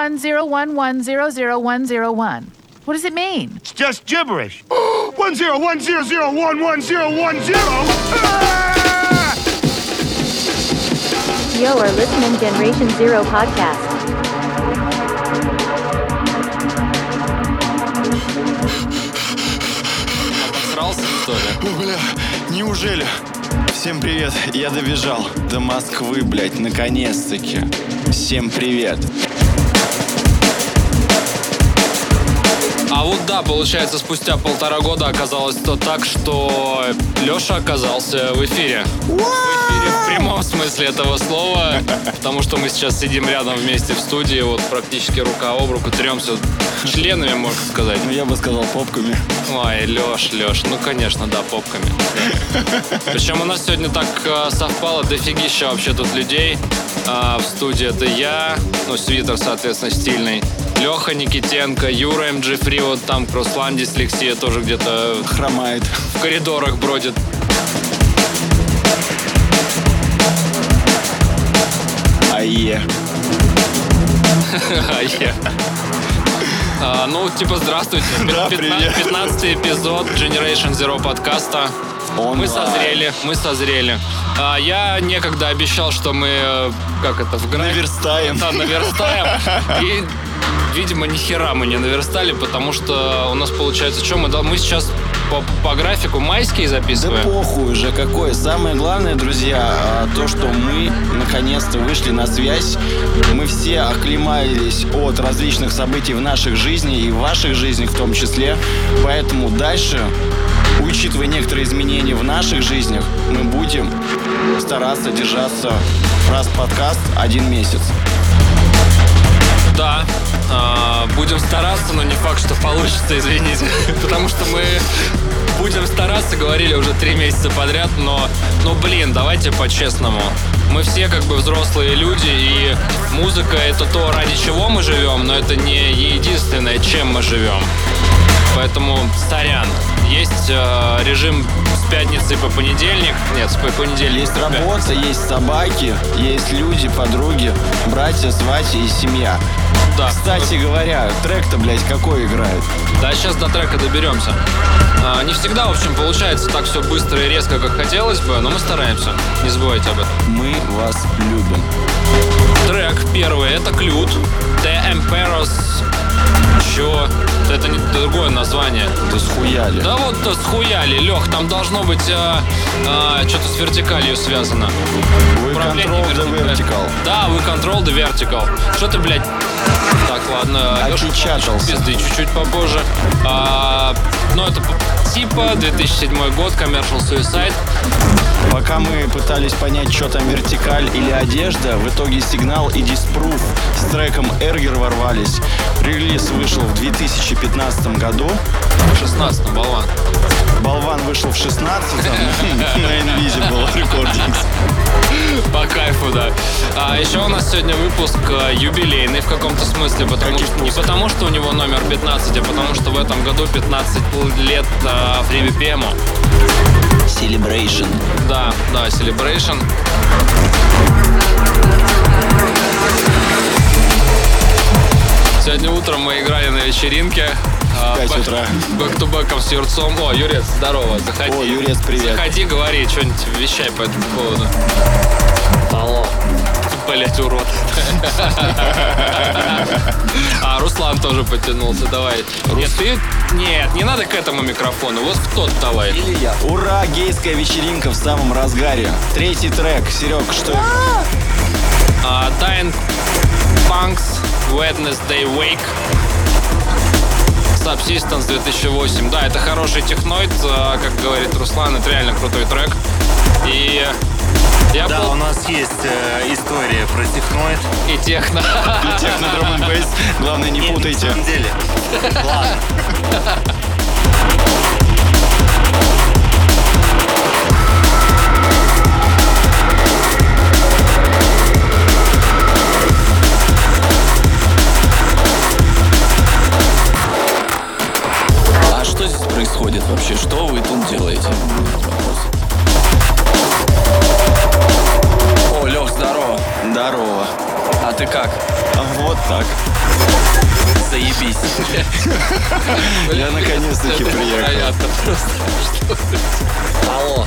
101010101. What does it mean? It's just gibberish. 10100111010. You are listening Generation Zero podcast. Обосрался, что ли? Бля, неужели? Всем привет, я добежал до Москвы, блядь, наконец-таки. Всем привет. А вот да, получается, спустя 1,5 года оказалось то так, что Леша оказался в эфире. В эфире в прямом смысле этого слова, потому что мы сейчас сидим рядом вместе в студии, вот практически рука об руку, трёмся членами, можно сказать. Ну, я бы сказал, попками. Ой, Леш, ну, конечно, да, попками. Причем у нас сегодня так совпало, дофигища вообще тут людей. В студии это я, ну, свитер, соответственно, стильный. Леха Никитенко, Юра МГ3, вот там Руслан Дислексия тоже где-то хромает, в коридорах бродит. Ае. Ае. Ну, типа, здравствуйте. Да, привет. 15-й эпизод Generation Zero подкаста. Мы созрели. Я некогда обещал, что мы, наверстаем. Да, наверстаем. И, видимо, ни хера мы не наверстали, потому что у нас получается, что мы сейчас по графику майские записываем. Да похуй уже какой. Самое главное, друзья, то, что мы наконец-то вышли на связь. Мы все оклемались от различных событий в наших жизнях и в ваших жизнях в том числе. Поэтому дальше, учитывая некоторые изменения в наших жизнях, мы будем стараться держаться раз подкаст 1 месяц. Да, будем стараться, но не факт, что получится, извините. Потому что мы будем стараться, говорили уже 3 месяца подряд, но блин, давайте по-честному. Мы все как бы взрослые люди, и музыка — это то, ради чего мы живем, но это не единственное, чем мы живем. Поэтому сорян. Есть режим с пятницы по понедельник. Нет, по понедельник. Есть работа, есть собаки, есть люди, подруги, братья, свати и семья. Да. Кстати говоря, трек-то, блядь, какой играет? Да, сейчас до трека доберемся. Не всегда, в общем, получается так все быстро и резко, как хотелось бы, но мы стараемся. Не забывайте об этом. Мы вас любим. Трек первый — это Клют. The Emperors. Чё? Это не другое название. Да схуяли. Да вот схуяли, Лех, там должно быть что-то с вертикалью связано. We control the vertical. Да, we control the vertical. Что ты, блядь? Так, ладно. Опечатался. Пизды чуть-чуть попозже. Ну, это типа 2007 год, Commercial Suicide. Пока мы пытались понять, что там вертикаль или одежда, в итоге Сигнал и Disproof с треком Эргер ворвались. Релиз вышел в 2015 году. В 16-м, Болван. Болван вышел в 16-м на Invisible Recordings. По кайфу, да. Еще у нас сегодня выпуск юбилейный в каком-то смысле, не потому что у него номер 15, а потому что в этом году 15 лет FreeBPM. Celebration. Да, Celebration. Сегодня утром мы играли на вечеринке. В 5 утра. Бэк-ту-бэком с Юрцом. О, Юрец, здорово, заходи. О, Юрец, привет. Заходи, говори, что-нибудь вещай по этому поводу. Алло. Блять, урод. Руслан тоже подтянулся, давай. Нет, не надо к этому микрофону, вот в тот давай. Или я. Ура, гейская вечеринка в самом разгаре. 3-й трек. Серег, что это? Dying Punks, Wednesday Wake. Subsistence 2008. Да, это хороший техноид, как говорит Руслан, это реально крутой трек. И у нас есть история про техноид. И техно. И техно, драм н бейс. Главное, не путайте. На самом деле. Ладно. А что здесь происходит вообще? Что вы тут делаете? О, Лёх, здорово. Здорово. А ты как? Вот Вот так. Заебись. Я наконец-таки приехал. Невероятно просто. Алло.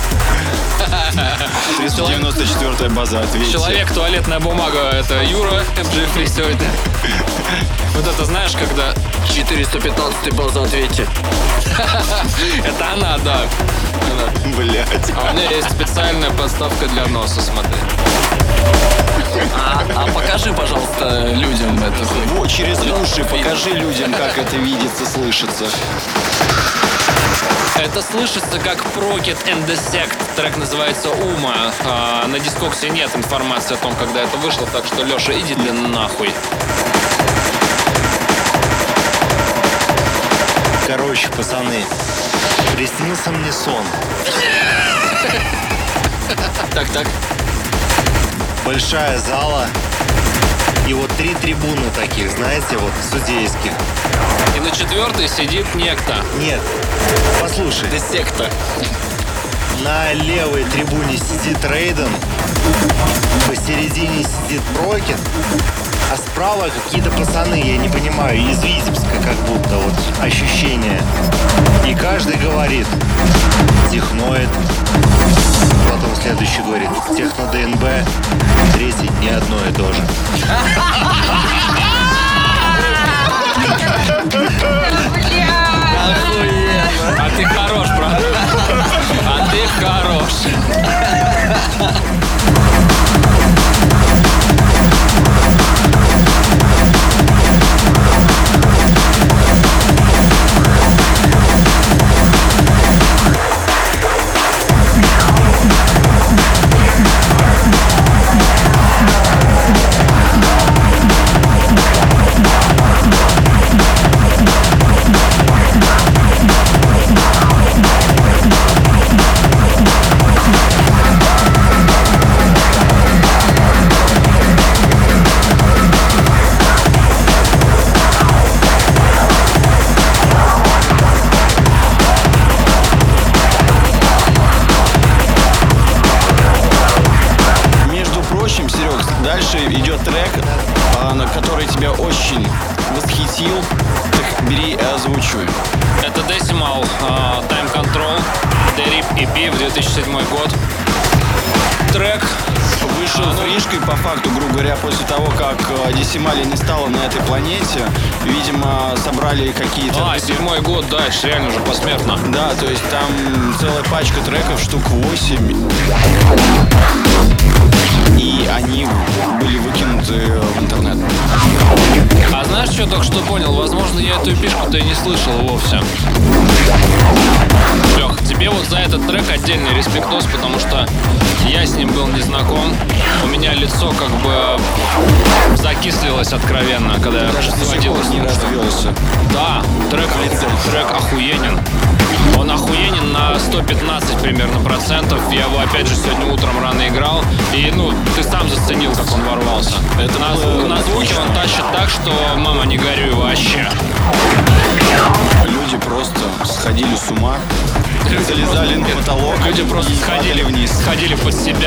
394-я база, ответьте. Человек, туалетная бумага, это Юра, Джеффри сегодня. Вот это знаешь, когда 415-й база, ответьте. Это она, да. Блять. А у меня есть специальная подставка для носа, смотри. А покажи, пожалуйста, людям это. Вот, через уши покажи людям, как это видится, слышится. Это слышится как Prokit and the Sect. Трек называется «Ума». На Дискоксе нет информации о том, когда это вышло, так что, Леша, иди ты нахуй. Короче, пацаны, приснился мне сон. Так. Большая зала. И вот 3 трибуны таких, знаете, вот судейских. И на 4-й сидит некто. Нет, послушай. Это секта. На левой трибуне сидит Рейден, посередине сидит Прокит, а справа какие-то пацаны, я не понимаю, из Витебска как будто вот ощущение. И каждый говорит техноид, потом следующий говорит техно ДНБ, третий не одно и то же. А ты хорош, брат. А ты хорош. Дальше идет трек, который тебя очень восхитил. Так бери и озвучивай. Это Decimal, Time Control, The Rip EP в 2007 год. Трек вышел фришкой, по факту, грубо говоря, после того, как Десимали не стало на этой планете. Видимо, собрали какие-то... 7-й год, да, это реально уже посмертно. Да, то есть там целая пачка треков, штук 8. И они были выкинуты в интернет. А знаешь, что я только что понял? Возможно, я эту эпишку-то и не слышал вовсе. Лех, тебе вот за этот трек отдельный респектос, потому что я с ним был не знаком. У меня лицо как бы закислилось откровенно, когда Даже я сводил не развелся. Да, трек охуенен. Он охуенен на 115 примерно процентов. Я его опять же сегодня утром рано играл. И ты сам заценил, как он ворвался. Это на звуке он тащит так, что мама, не горюй вообще. Люди просто сходили с ума. Залезали на потолок. Люди просто сходили вниз. Сходили под себя.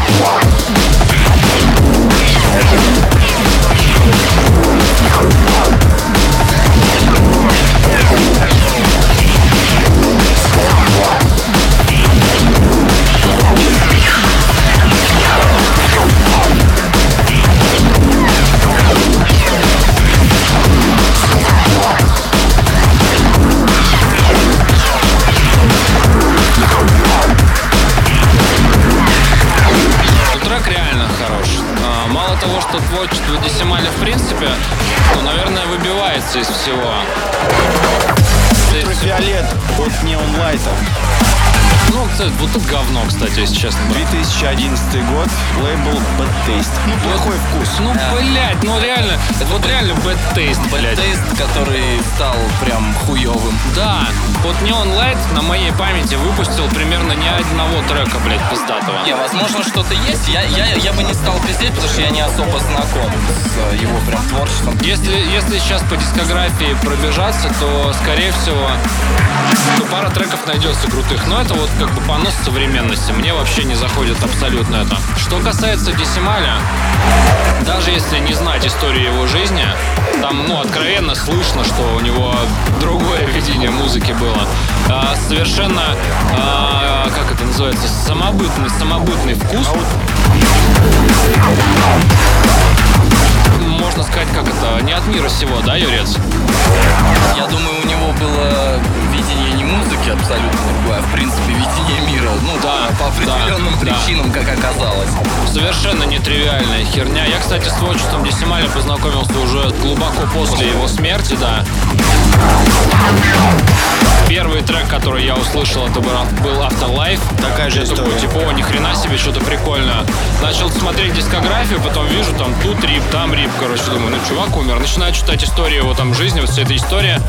Трек реально хорош. Мало того, что творчество Десимали в принципе, наверное, выбивается из всего. Ультрафиолет от Neon Light. Вот тут говно, кстати, если честно. 2011 год, лейбл Bad Taste. Плохой вкус. Блядь, реально, это вот реально Bad Taste, блядь. Бэд-тейст, который стал прям хуёвым. Да, вот Neon Light на моей памяти выпустил примерно ни одного трека, блядь, пиздатого. Не, возможно, что-то есть. Я бы не стал пиздеть, потому что я не особо знаком с его прям творчеством. Если сейчас по дискографии пробежаться, то, скорее всего, пара треков найдется крутых. Но это вот как бы понос современности. Мне вообще не заходит абсолютно это. Что касается Десималя, даже если не знать историю его жизни, там, откровенно слышно, что у него другое видение музыки было. Совершенно, как это называется, самобытный вкус. Можно сказать, как это, не от мира сего, да, Юрец? Я думаю, у него было видение не музыки абсолютно другое, а в принципе видение мира. По определенным причинам, как оказалось. Совершенно нетривиальная херня. Я, кстати, с творчеством Десималя познакомился уже глубоко после его смерти, да. Первый трек, который я услышал, это был Afterlife. Такая же история. Такой, типа, ни хрена себе, что-то прикольное. Начал смотреть дискографию, потом вижу, там, тут рип, там рип, короче, думаю, чувак умер. Начинаю читать историю его там жизни, вот вся эта история.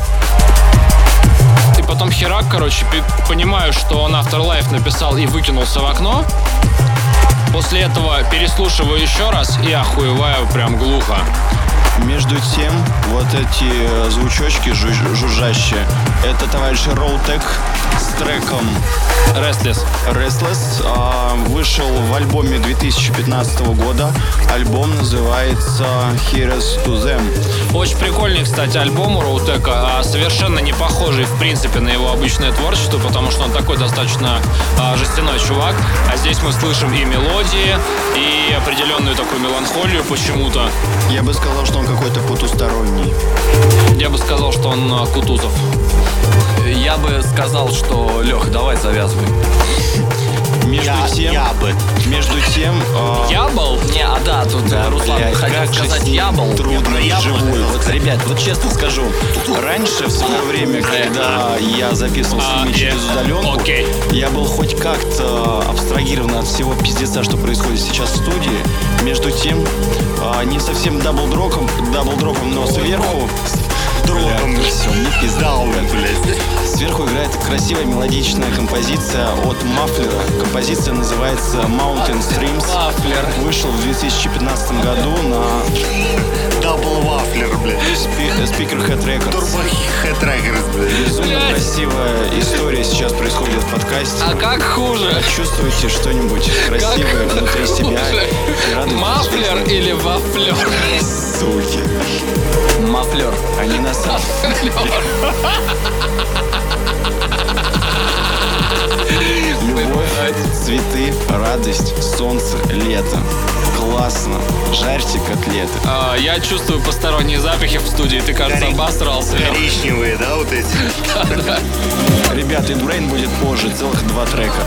И потом херак, короче, понимаю, что он Afterlife написал и выкинулся в окно. После этого переслушиваю еще раз и охуеваю прям глухо. Между тем, вот эти звучочки жужжащие, это товарищ Роутек с треком Restless. Вышел в альбоме 2015 года. Альбом называется Heroes to Them. Очень прикольный, кстати, альбом у Роутека, совершенно не похожий, в принципе, на его обычное творчество, потому что он такой достаточно жестяной чувак. А здесь мы слышим и мелодии, и определенную такую меланхолию почему-то. Я бы сказал, что он какой-то потусторонний. Я бы сказал, что он Кутузов. Я бы сказал, что Лех, давай завязывай. Между тем... Ябл? Не, тут Руслан хотел сказать ябл. Трудно вживую. Вот, ребят, вот честно скажу, раньше, в свое время, когда я записывал с ними через удаленку, я был хоть как-то абстрагирован от всего пиздеца, что происходит сейчас в студии. Между тем, не совсем даблдроком, но сверху... Все, не пиздал, блядь. Сверху играет красивая мелодичная композиция от Мафлера. Композиция называется Mountain Streams. Мафлер. Вышел в 2015 году на Double Waffler, блядь. Speakerhead Records. Turbo Head Records, блядь. Безумно красивая история сейчас происходит в подкасте. А как хуже? Чувствуете что-нибудь красивое внутри себя и радуйтесь. Мафлер или вафлер? Суки. Мафлер. Они на самом Любовь, цветы, радость, солнце, лето. Классно. Жарьте котлеты. Я чувствую посторонние запахи в студии. Ты, кажется, обосрался. Коричневые, да, вот эти? Да. Ребята, Инбрейн будет позже, целых 2 трека.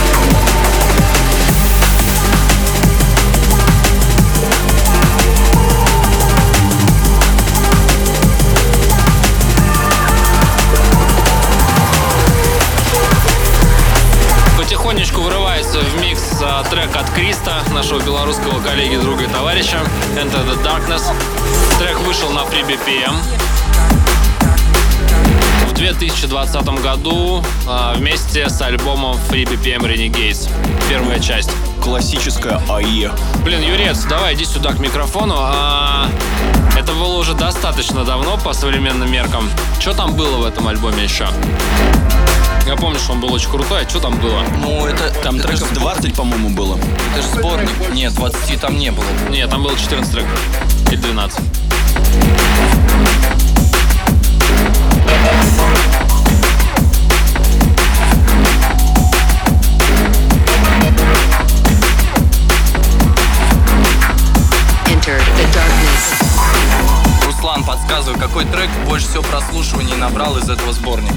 Потихонечку врывается в микс трек от Криста, нашего белорусского коллеги, друга и товарища, Enter the Darkness. Трек вышел на FreeBPM. В 2020 году вместе с альбомом FreeBPM Renegades. Первая часть. Классическая АЕ. Блин, Юрец, давай иди сюда к микрофону. Это было уже достаточно давно по современным меркам. Что там было в этом альбоме еще? Я помню, что он был очень крутой. А что там было? Там треков 20, по-моему, было. Это же сборник. Нет, 20 там не было. Нет, там было 14 треков. И 12. Руслан, подсказывай, какой трек больше всего прослушиваний набрал из этого сборника?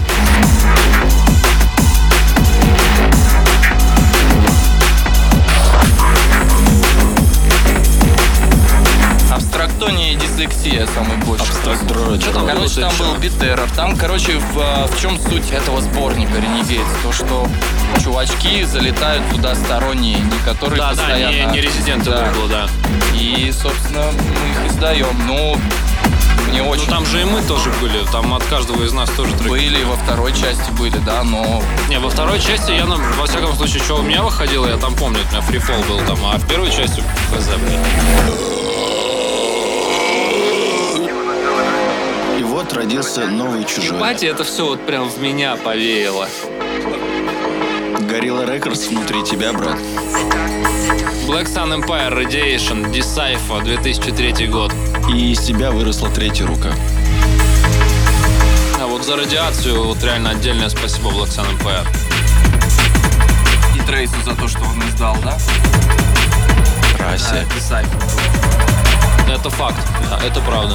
Абстрактония и дислексия самый больше. Короче, там был бит-террор. Там, короче, в чем суть этого сборника Renegades? То, что чувачки залетают туда сторонние, не которые постоянно... не резиденты лейбла, да. И, собственно, мы их издаем. не очень. Ну там же и мы тоже были, там от каждого из нас тоже треки. Были, во второй части были, да, но... Не, во второй части я, во всяком случае, что у меня выходило, я там помню, у меня Free Fall был там, а в первой части ХЗ, блин. И вот родился новый чужой. Ебать, это все вот прям в меня повеяло. Gorilla Records внутри тебя, брат. Black Sun Empire, Radiation, Decipher, 2003 год. И из тебя выросла третья рука. А вот за радиацию вот реально отдельное спасибо Black Sun Empire. И Трейсу за то, что он издал, да? Расе. Decipher. Это факт, да, это правда.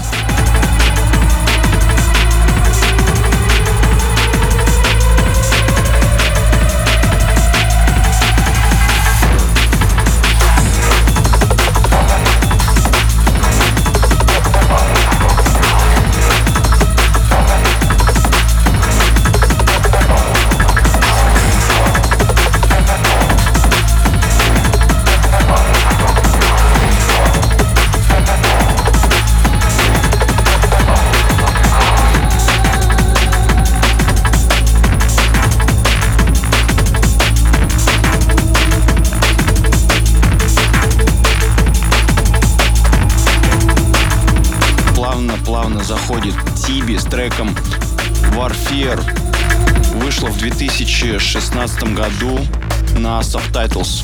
Плавно заходит Тиби с треком Warfare. Вышло в 2016 году на Subtitles.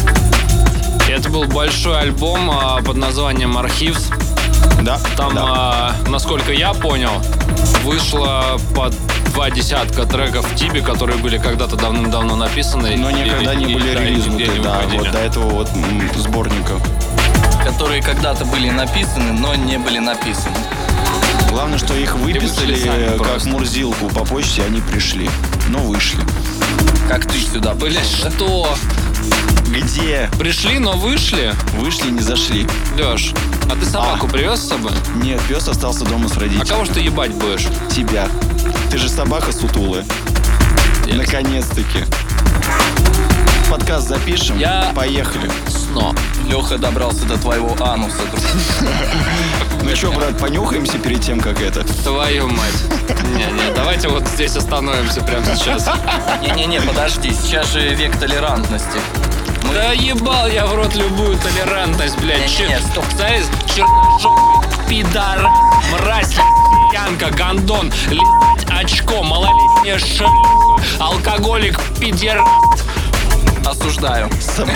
Это был большой альбом под названием «Архивс». Да, Там, да. насколько я понял, вышло по 20 треков Тиби, которые были когда-то давным-давно написаны. Но никогда не были да, релизнуты, нигде не да, выходили. вот до этого вот сборника. Которые когда-то были написаны, но не были написаны. Главное, что их выписали вышли сами как просто. Мурзилку по почте, они пришли. Но вышли. Как ты сюда Блять, пришел, да? что? Где? Пришли, но вышли? Вышли, не зашли. Леш, а ты собаку привез с собой? Нет, пес остался дома с А родителями. кого ж ты ебать будешь? Тебя. Ты же собака сутулая. Ясно. Наконец-таки. Подкаст запишем. Я- Поехали. Сно. Леха добрался до твоего ануса. Ну что, брат, понюхаемся перед тем, как это? Твою мать. Не, давайте вот здесь остановимся прямо сейчас. Не-не-не, подожди, сейчас же век толерантности. Да ебал я в рот любую толерантность, блядь. Не-не-не, стоп. Черножопый пидор, мразь, янка, гондон, лизать очко, малолетняя шлюха, алкоголик, пидераст. Осуждаю.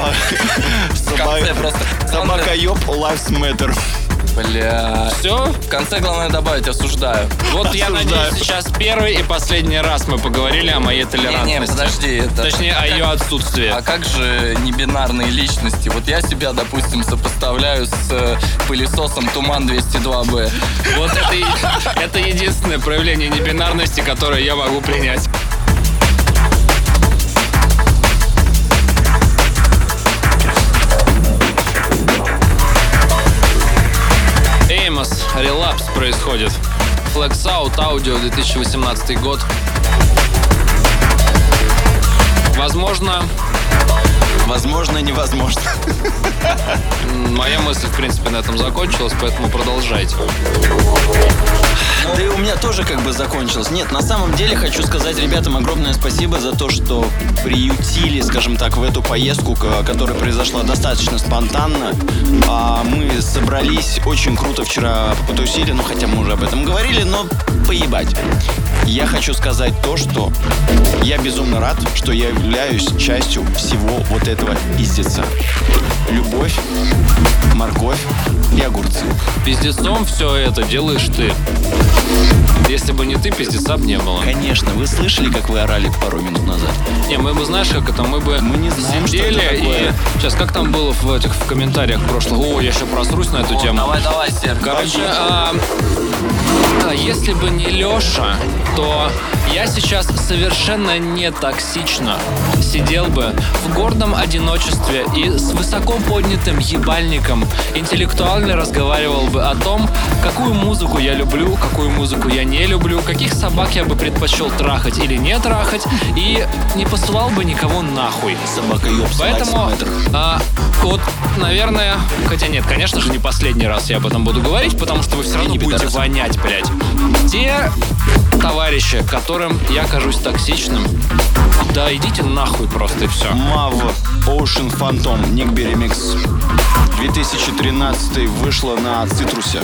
В конце просто... Собакоёб lives matter. Бля. Все? В конце главное добавить осуждаю. Вот я Осуждаю. надеюсь, сейчас первый и последний раз мы поговорили о моей Не, толерантности. подожди, это... Точнее, о ее отсутствии. А как же небинарные личности? Вот я себя, допустим, сопоставляю с пылесосом Туман 202Б. Вот это единственное проявление небинарности, которое я могу принять. Эймос, релапс происходит. Flex Out, аудио, 2018 год. Возможно, Возможно, невозможно. моя мысль, в принципе, на этом закончилась, поэтому продолжайте. Да и у меня тоже как бы закончилось. Нет, на самом деле хочу сказать ребятам огромное спасибо за то, что приютили, скажем так, в эту поездку, которая произошла достаточно спонтанно. Мы собрались очень круто вчера потусили, ну хотя мы уже об этом говорили, но поебать. Я хочу сказать то, что я безумно рад, что я являюсь частью всего вот этого пиздеца. Любовь, морковь и огурцы. Пиздецом все это делаешь ты. Если бы не ты, пиздеца бы не было. Конечно, вы слышали, как вы орали пару минут назад? Не, мы бы, знаешь, как это, мы бы Мы не знаем, что сидели это такое. и... Сейчас, как там было в комментариях прошлого? О, я еще просрусь на эту тему. Давай, Серж. Короче, если бы не Леша, то я сейчас совершенно не токсично сидел бы в гордом одиночестве и с высоко поднятым ебальником интеллектуально разговаривал бы о том, какую музыку я люблю, какую музыку я не люблю, какие каких собак я бы предпочел трахать или не трахать, и не посылал бы никого нахуй. Собака-ёб, Поэтому, вот, наверное, хотя нет, конечно же, не последний раз я об этом буду говорить, потому что вы все равно не будете пидорас. вонять, блядь. Те товарищи, которым я кажусь токсичным, да идите нахуй просто и все. Мав Ocean Phantom Нигби ремикс 2013 вышла на Цитрусе.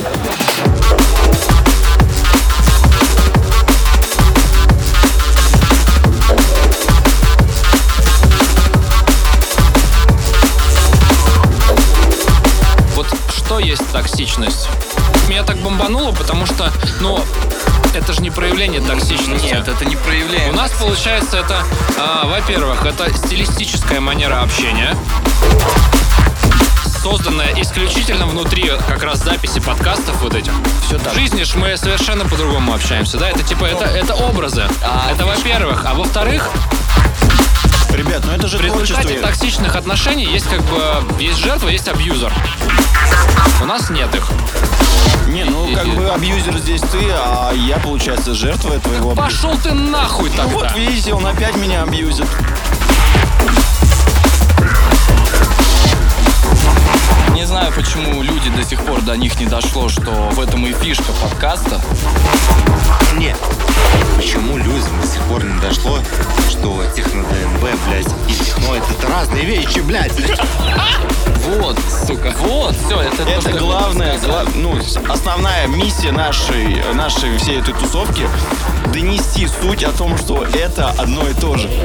Вот что есть токсичность? Меня так бомбануло, потому что, это же не проявление токсичности. Нет, это не проявление. У нас, получается, это, во-первых, это стилистическая манера общения, созданная исключительно внутри как раз записи подкастов вот этих. Все так. В жизни ж мы совершенно по-другому общаемся, да? Это типа, это образы. Это во-первых. А во-вторых, Ребят, это же в результате творчество. токсичных отношений есть есть жертва, есть абьюзер. У нас нет их. Не, абьюзер здесь ты, а я, получается, жертва твоего абьюзера. Пошел ты нахуй Ну тогда. вот, видите, он опять меня абьюзит. Не знаю, почему люди до сих пор до них не дошло, что в этом и фишка подкаста. Нет. Почему людям до сих пор не дошло, что техно-ДНБ, блядь, и техно это разные вещи, блядь. Вот, сука. Вот, все, это то, Это что- главное, основная миссия нашей всей этой тусовки — донести суть о том, что это одно и то же.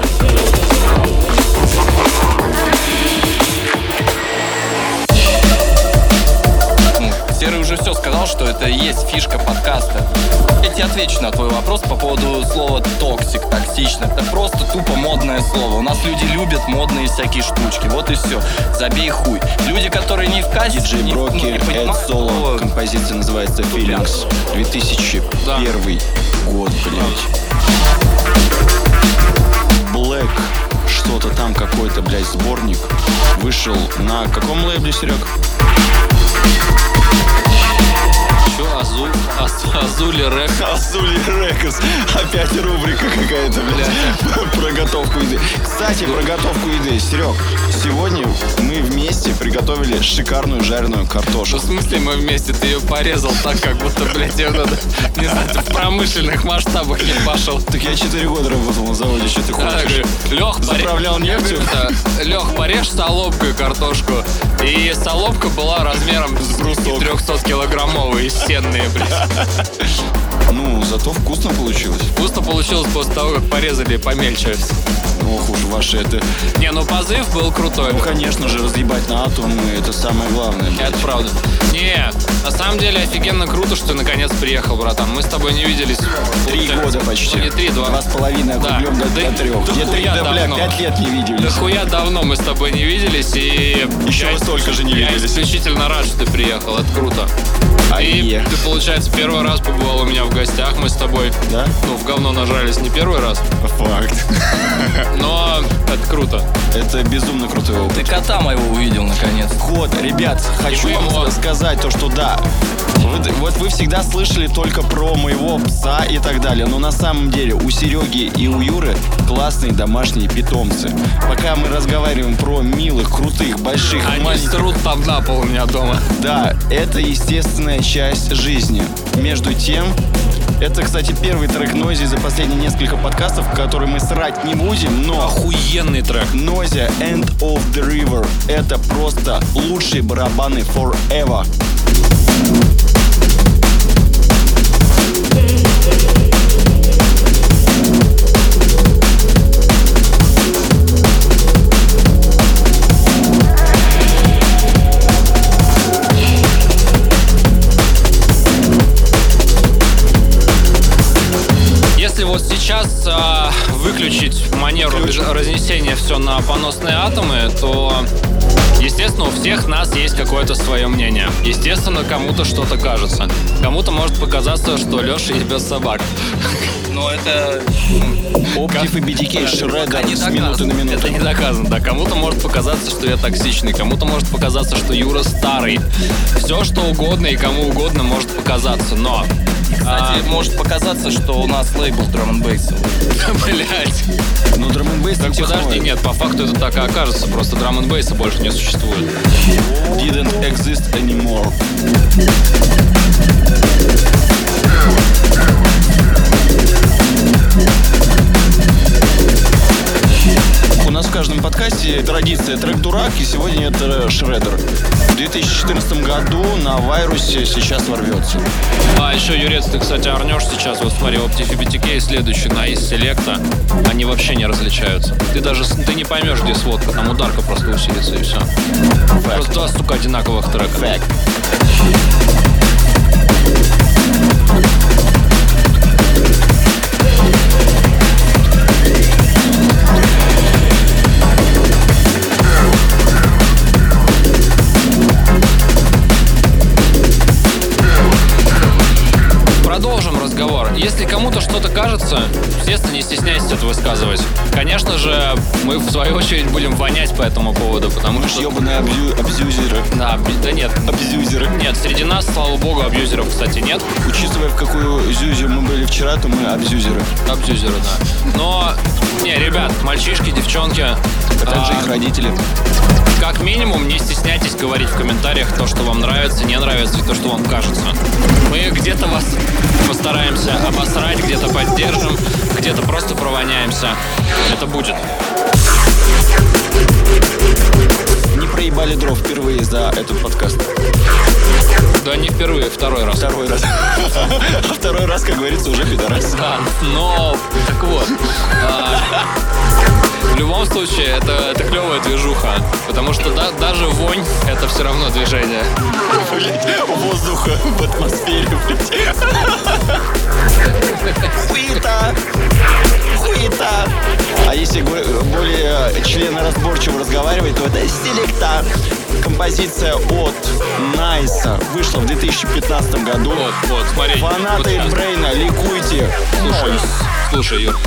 Серый уже все сказал, что это и есть фишка подкаста. Я тебе отвечу на твой вопрос по поводу слова токсик, токсично. Это просто тупо модное слово. У нас люди любят модные всякие штучки. Вот и все. Забей хуй. Люди, которые не в кассе, Диджей не, Броки, не Эд понимают, Соло. что- Композиция называется Feelings. 2001 год, блядь. Black, что-то там, какой-то, блядь, сборник. Вышел на каком лейбле, Серег? Азули Рэк. Азули Рекордс. Опять рубрика какая-то, блядь, про готовку еды. Кстати, про готовку еды. Серег, сегодня мы вместе приготовили шикарную жареную картошку. В смысле мы вместе? Ты ее порезал так, как будто, блядь, ее надо, не знаю, ты в промышленных масштабах не пошел. Так я 4 года работал на заводе, что ты хочешь? Лех, Заправлял нефтью. Лех, порежь солобкой картошку. И солобка была размером с 300-килограммовые, стенные, блядь. Ну, зато вкусно получилось. Вкусно получилось после того, как порезали помельче. Ох уж ваши это... Не, позыв был крутой. Ну, конечно же, разъебать на атомы — это самое главное. блядь. Это правда. Не, на самом деле офигенно круто, что ты наконец приехал, братан. Мы с тобой не виделись. 3 года почти. Ну, не 3, 2. 2,5 округлем до 3. Где 3, хуя да, бля, давно. 5 лет не виделись. Дохуя давно мы с тобой не виделись, и... Еще я вы столько же не Я виделись. исключительно рад, что ты приехал, это круто. А И е. ты, получается, первый раз побывал у меня в гостях, мы с тобой, Да? в говно нажрались не первый раз, Факт. но это круто. Это безумно крутой опыт. Ты кота моего увидел, наконец. Вот, ребят, хочу И вам моего. сказать то, что да, вот вы всегда слышали только про моего пса и так далее, но на самом деле у Сереги и у Юры классные домашние питомцы. Пока мы разговариваем про милых, крутых, больших, Они маленьких, срут там на пол у меня дома. да, это естественная часть жизни. Между тем, это, кстати, первый трек Noisy за последние несколько подкастов, который мы срать не будем, но... Охуенный трек. Noisy End of the River — это просто лучшие барабаны forever. Если вот сейчас выключить манеру разнесения все на поносные атомы, то, естественно, у всех нас есть какое-то свое мнение. Естественно, кому-то что-то кажется. Кому-то может показаться, что Леша ебет собак. Но это... Оптив и BTK пока не Shredder с минуты на минуту. Это не доказано, да. Кому-то может показаться, что я токсичный, кому-то может показаться, что Юра старый. Все, что угодно и кому угодно может показаться. Но Кстати, может показаться, что у нас лейбл драм-н-бейса. Блять. Ну, драм-н-бейс Так подожди, нет, по факту это так и окажется. Просто драм-н-бейса больше не существует. Didn't exist anymore. У нас в каждом подкасте традиция трек-дурак, и сегодня это Шредер. В 2014 году на Вайрусе сейчас ворвется. А еще, Юрец, ты, кстати, орнешь сейчас. Вот смотри, Optify BTK и следующий на East Selecta. Они вообще не различаются. Ты не поймешь, где сводка. Там ударка просто усилится и все. Просто два, сука, одинаковых трека. Факт. Продолжим разговор. Если кому-то что-то кажется, естественно, не стесняйтесь это высказывать. Конечно же, мы в свою очередь будем вонять по этому поводу, потому что... Ёбаные абьюзеры. Да, да нет. Абьюзеры. Нет, среди нас, слава богу, абьюзеров, кстати, нет. Учитывая, в какую зюзю мы были вчера, то мы абьюзеры. Абьюзеры, да. Но, не, ребят, мальчишки, девчонки, А также их родители. как минимум, не стесняйтесь говорить в комментариях то, что вам нравится, не нравится, и то, что вам кажется. Мы где-то вас постараемся обосрать, где-то поддержим, где-то просто провоняемся. Это будет. Не проебали дров впервые за этот подкаст. Да не впервые, второй раз. Второй раз. А второй раз, как говорится, уже пидорас. Да, но так вот. В любом случае, это клевая движуха, потому что даже вонь — это все равно движение. Блять, воздуха в атмосфере, блять. Хуета! Хуета! А если более членоразборчиво разговаривать, то это Selecta. Композиция от Найса вышла в 2015 году. Вот, смотри. Фанаты вот Брейна, ликуйте. Слушай, Юр.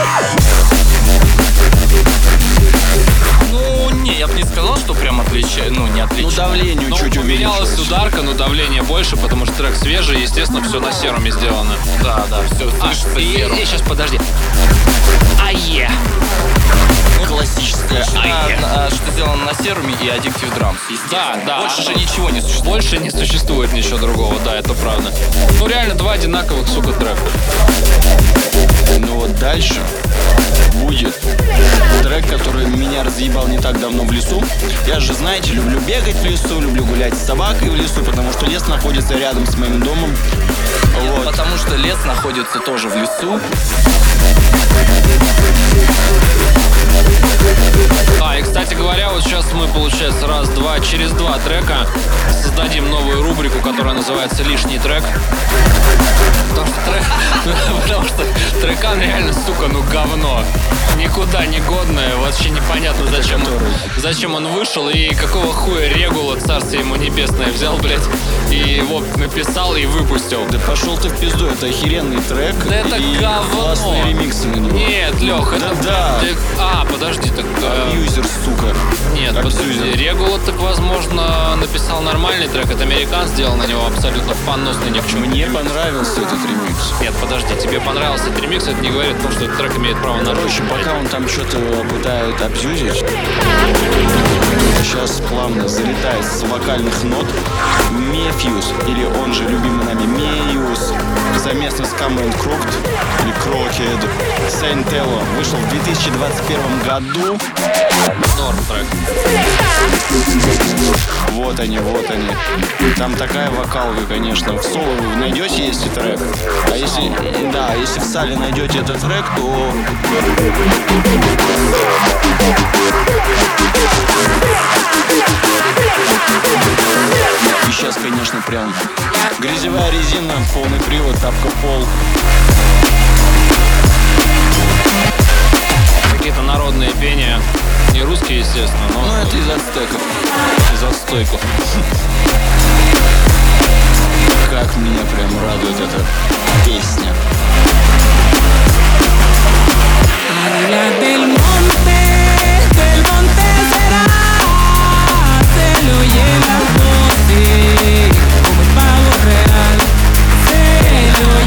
Ну, не, я бы не сказал, что прям отличает. Ну, не отличает. Ну, давлению чуть Поменялась увеличилось. ударка, но давление больше, потому что трек свежий, естественно, все на серуме сделано. Да, все слышится серым. Сейчас, подожди. Ае. Классическая. Что сделано на серуме и Addictive Drums. Да. Больше же ничего не существует. Больше не существует ничего другого, да, это правда. Ну, реально, два одинаковых, сука, трека. Ну вот дальше будет трек, который меня разъебал не так давно в лесу. Я же, знаете, люблю бегать в лесу, люблю гулять с собакой в лесу, потому что лес находится рядом с моим домом. Вот. Потому что лес находится тоже в лесу. И, кстати говоря, вот сейчас мы, получается, через два трека создадим новую рубрику, которая называется «Лишний трек». Потому что трекан реально, сука, говно. Никуда не годное, вообще непонятно, зачем он вышел и какого хуя Регула, царствие ему небесное, взял, блядь, и его написал и выпустил. Да пошел ты в пизду, это охеренный трек. Да это и говно. классные ремиксы на него. Нет, Лех, это... Да. Подожди, так... Абьюзер, сука. Нет, Абьюзер. подожди, Регула, так, возможно, написал нормальный трек, это американ сделал на него абсолютно фаносный, ни к чему. Мне понравился этот ремикс. Нет, подожди, тебе понравился этот ремикс, это не говорит о том, что этот трек имеет право на Короче, жизнь, блядь. пока он там что-то пытает абьюзить, сейчас плавно залетает с вокальных нот Мефьюз, или он же любимый нами Меюз, совместно с Камерон Крокт, или Крокед, Сейнтелло, вышел в 2021 году. Норм трек. Вот они. Там такая вокалка, конечно. В соло вы найдете, если трек. А если, да, если в сале найдете этот трек, то... И сейчас, конечно, прям грязевая резина, полный привод, тапка пол. Какие-то народные пения. Не русские, естественно, но... Ну, это из ацтеков. из отстойков. Как меня прям радует эта песня. Del monte será, se le oye la voz, como el pavo real, se le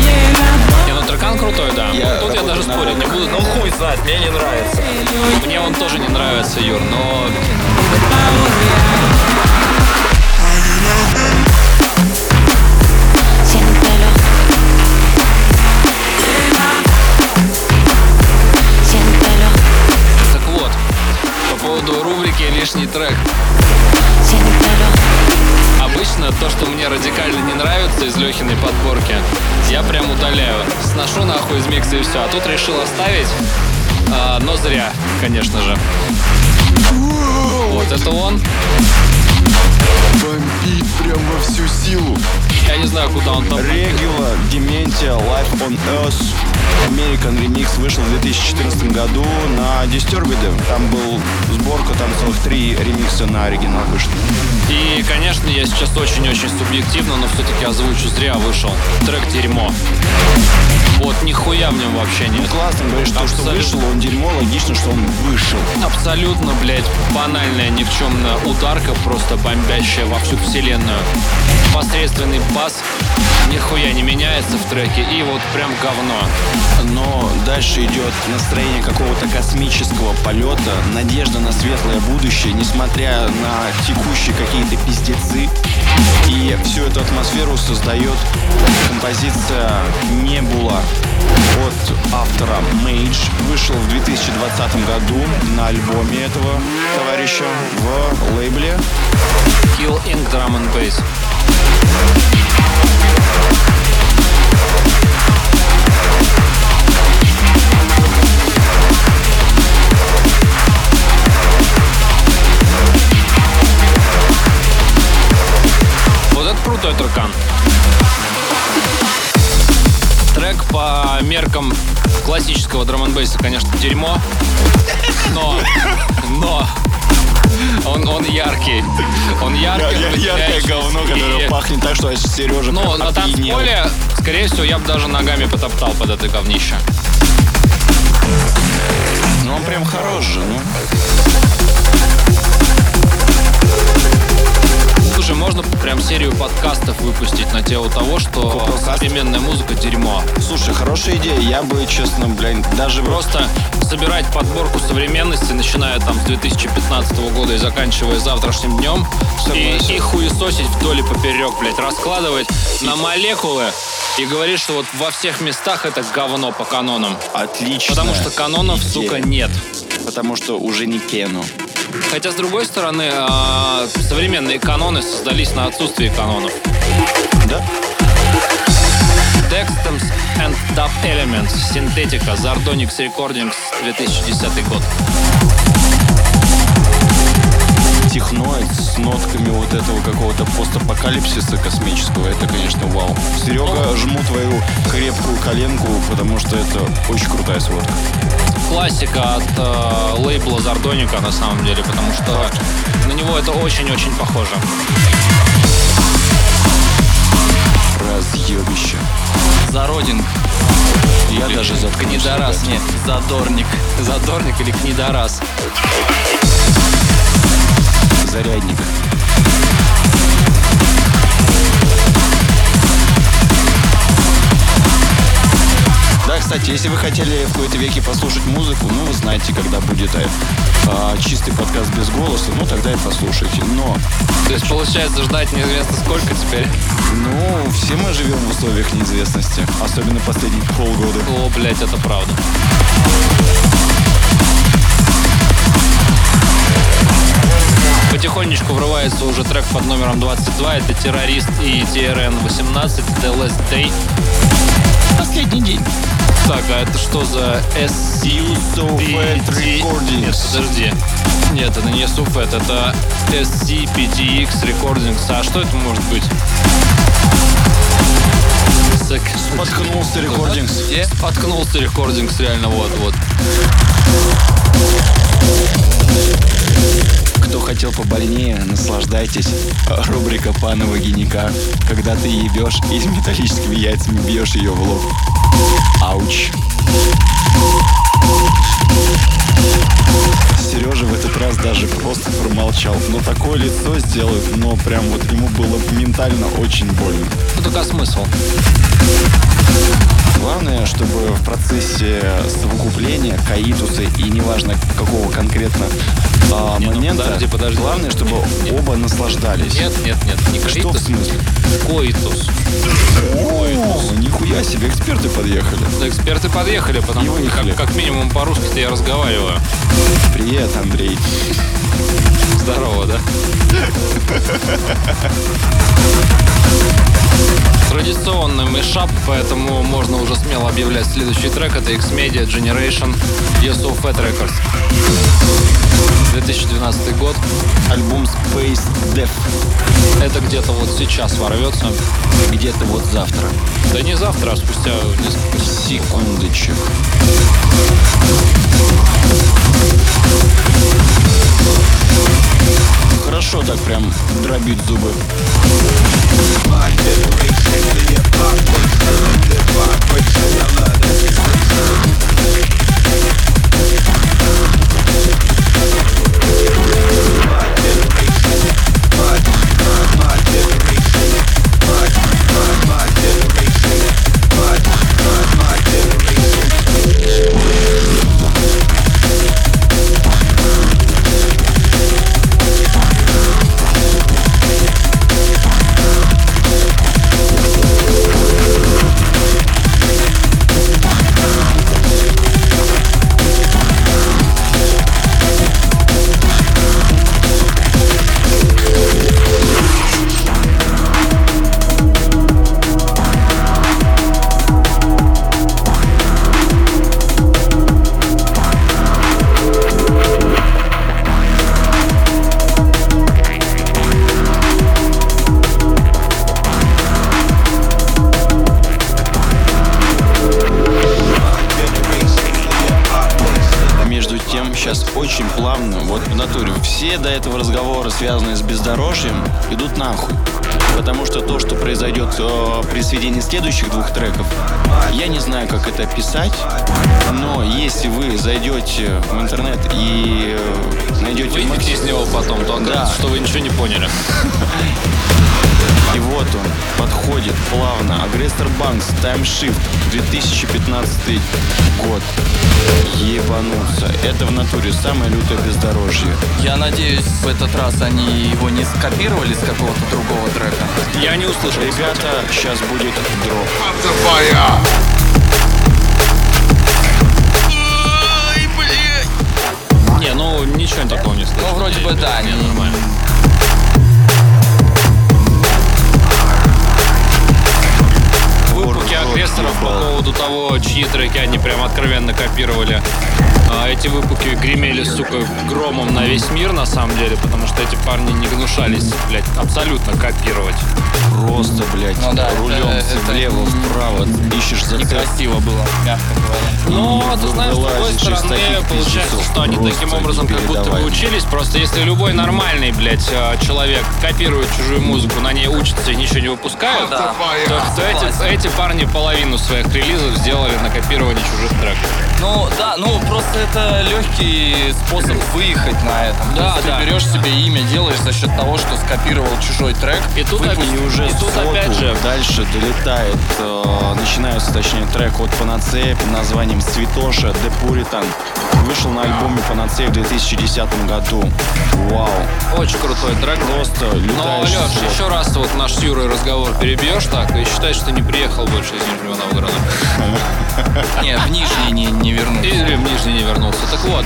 Тут я даже спорить не буду. Ну хуй знает, мне не нравится. Мне он тоже не нравится, Юр, но... Siéntelo. Siéntelo. Так вот, по поводу рубрики «Лишний трек». Siéntelo. Обычно то, что мне радикально не нравится из Лехиной подборки, я прям удаляю. Сношу нахуй из микса и все. А тут решил оставить, но зря, конечно же. Вот это он. Бомбит прям во всю силу. Я не знаю, куда он там. Regular, Dementia, Life on Earth. American Remix вышел в 2014 году на Disturbed. Там был сборка, там целых 3 ремикса на оригинал вышли. И, конечно, я сейчас очень-очень субъективно, но все-таки озвучу, зря вышел. Трек «Дерьмо». Вот, нихуя в нем вообще нет. Классно, говоришь, то, что вышел, он дерьмо, логично, что он вышел. Абсолютно, блядь, банальная, никчемная ударка, просто бомбящая во всю вселенную. Посредственный бас нихуя не меняется в треке, и вот прям говно. Но дальше идет настроение какого-то космического полета, надежда на светлое будущее, несмотря на текущие какие-то пиздецы. И всю эту атмосферу создает композиция «Небула» от автора Mage. Вышел в 2020 году на альбоме этого товарища в лейбле Kill Inc. Drum and Bass. Вот это крутой трекан. Трек по меркам классического драм-н-бейса, конечно, дерьмо, но он яркий. Он яркий. яркое говно, которое пахнет так, что Сережа Ну, на танцполе, скорее всего, я бы даже ногами потоптал под это говнище. Ну, он прям хорош же, ну. Слушай, можно прям серию подкастов выпустить на тему того, что современная музыка дерьмо. Слушай, хорошая идея. Я бы, честно, даже Просто собирать подборку современности, начиная там с 2015 года и заканчивая завтрашним днем, и хуесосить вдоль и поперек, блядь, раскладывать на молекулы и говорить, что вот во всех местах это говно по канонам. Отлично. Потому что канонов, идея. сука, нет. Потому что уже не Кену. Хотя, с другой стороны, современные каноны создались на отсутствии канонов. Да? Dextams and Dub Elements, синтетика, Zardonix Recordings, 2010 год. Техноид с нотками вот этого какого-то постапокалипсиса космического. Это, конечно, вау. Серега, жму твою крепкую коленку, потому что это очень крутая сводка. Классика от лейбла Зардоника, на самом деле, потому что на него это очень-очень похоже. Разъебище. Зародин. Я Или даже заткнулся. Книдорас, нет, задорник. Задорник или Книдорас. Зарядник. Да, кстати, если вы хотели в какой-то веке послушать музыку, ну, вы знаете, когда будет чистый подкаст без голоса, ну, тогда и послушайте. Но, То есть, получается, ждать неизвестно сколько теперь. ну, все мы живем в условиях неизвестности, особенно последние полгода. О, блядь, это правда. Потихонечку врывается уже трек под номером 22. Это «Террорист» и TRN-18, The Last Day. Последний день. Так, а это что за You So Fat Recordings. Нет, подожди. Нет, это не SUFET, это SCPTX Recordings. А что это может быть? Споткнулся Recordings. Где? Споткнулся Recordings, реально, вот. Кто хотел побольнее, наслаждайтесь. Рубрика панова гинека. Когда ты ебешь и с металлическими яйцами бьешь ее в лоб. Ауч. Сережа в этот раз даже просто промолчал. Но такое лицо сделает, но прям вот ему было ментально очень больно. Ну так а смысл? Главное, чтобы в процессе совокупления, коитуса и неважно какого конкретно момента, подожди. главное, чтобы оба наслаждались. Нет, не Что в коитус, смысле? коитус. О, нихуя себе, эксперты подъехали. Да, эксперты подъехали, потому И что выехали. как минимум по-русски-то я разговариваю. Привет, Андрей. Здорово, да? Традиционный мешап, поэтому можно уже смело объявлять следующий трек. Это X-Media Generation Yes of Fat Records. 2012 год. Альбом Space Death. Это где-то вот сейчас ворвется. Где-то вот завтра. Да не завтра, а спустя несколько Секундочек. Хорошо так прям дробит зубы. Сейчас очень плавно, вот в натуре, все до этого разговора, связанные с бездорожьем, идут нахуй. Потому что то, что произойдет при сведении следующих двух треков, я не знаю, как это описать, но если вы зайдете в интернет и найдете... Выйдите из него потом, то окажется, что вы ничего не поняли. И вот он, подходит плавно. Агрессор Банкс, Таймшифт, 2015 год. Ебануться. Это в натуре самое лютое бездорожье. Я надеюсь, в этот раз они его не скопировали с какого-то другого трека. Я не услышал. Ребята, сейчас будет дроп. Не, ну ничего такого не слышал. Ну, вроде бы да, не, не- нормально. Выпуски агрессоров по поводу того, чьи треки они прям откровенно копировали. Эти выпуски гремели, сука, громом на весь мир, на самом деле, потому что эти парни не гнушались, блядь, абсолютно копировать. Просто, блядь, Ну да, рулем это влево, вправо, ищешь зацеп. Некрасиво было, мягко говоря. Но, ты знаешь, с другой вылазишь из стороны, таких получается, пиздецов что они таким просто образом как будто бы непередаваемо. учились. Просто если любой нормальный, блядь, человек копирует чужую музыку, на ней учится и ничего не выпускают, Да. то эти парни половину своих релизов сделали на копировании чужих треков. Ну да, ну просто это легкий способ выехать на этом. Да, То есть да. Ты берешь себе имя, делаешь за счет того, что скопировал чужой трек. И тут, И уже и тут сотку опять же, дальше долетает, начинается, точнее, трек от Панацея под названием «Святоша Де Пуритан». Вышел на альбоме Панацея в 2010 году. Вау. очень крутой трек. Просто Но, летаешь Леш, в жопу. еще раз вот наш с Юрой разговор перебьешь так и считай, что не приехал больше из Нижнего Новгорода. Не, в Нижний не вернулся. Или в Нижний не вернулся. Так вот.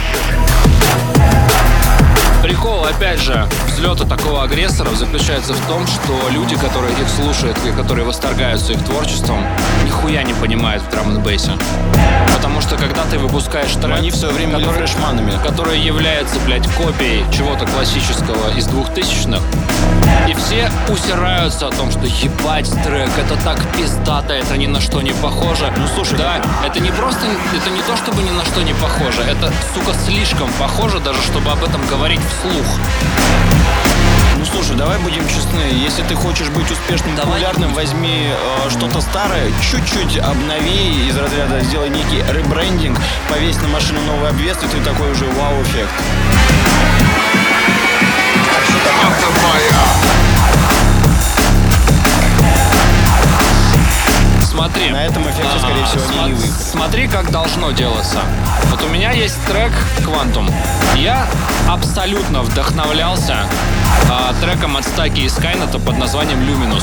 Прикол, опять же, взлета такого агрессора заключается в том, что люди, которые их слушают и которые восторгаются их творчеством, нихуя не понимают в драм-н-бейсе. Потому что когда ты выпускаешь трек, Они в свое время были который- фрешманами. который является, блядь, копией чего-то классического из 2000-х, и все усираются о том, что ебать трек, это так пиздато, это ни на что не похоже. Ну, слушай, да, это не просто, это не то, чтобы ни на что не похоже, это, сука, слишком похоже, даже чтобы об этом говорить вслух. Ну слушай, давай будем честны, если ты хочешь быть успешным, популярным, возьми что-то старое, чуть-чуть обнови, из разряда сделай некий ребрендинг, повесь на машину новый обвес, и ты такой уже вау-эффект. смотри. На этом эффекте, скорее всего, они не выиграют. Смотри, как должно делаться. Вот у меня есть трек «Quantum». Я абсолютно вдохновлялся треком от Стаки и Скайнета под названием «Luminous».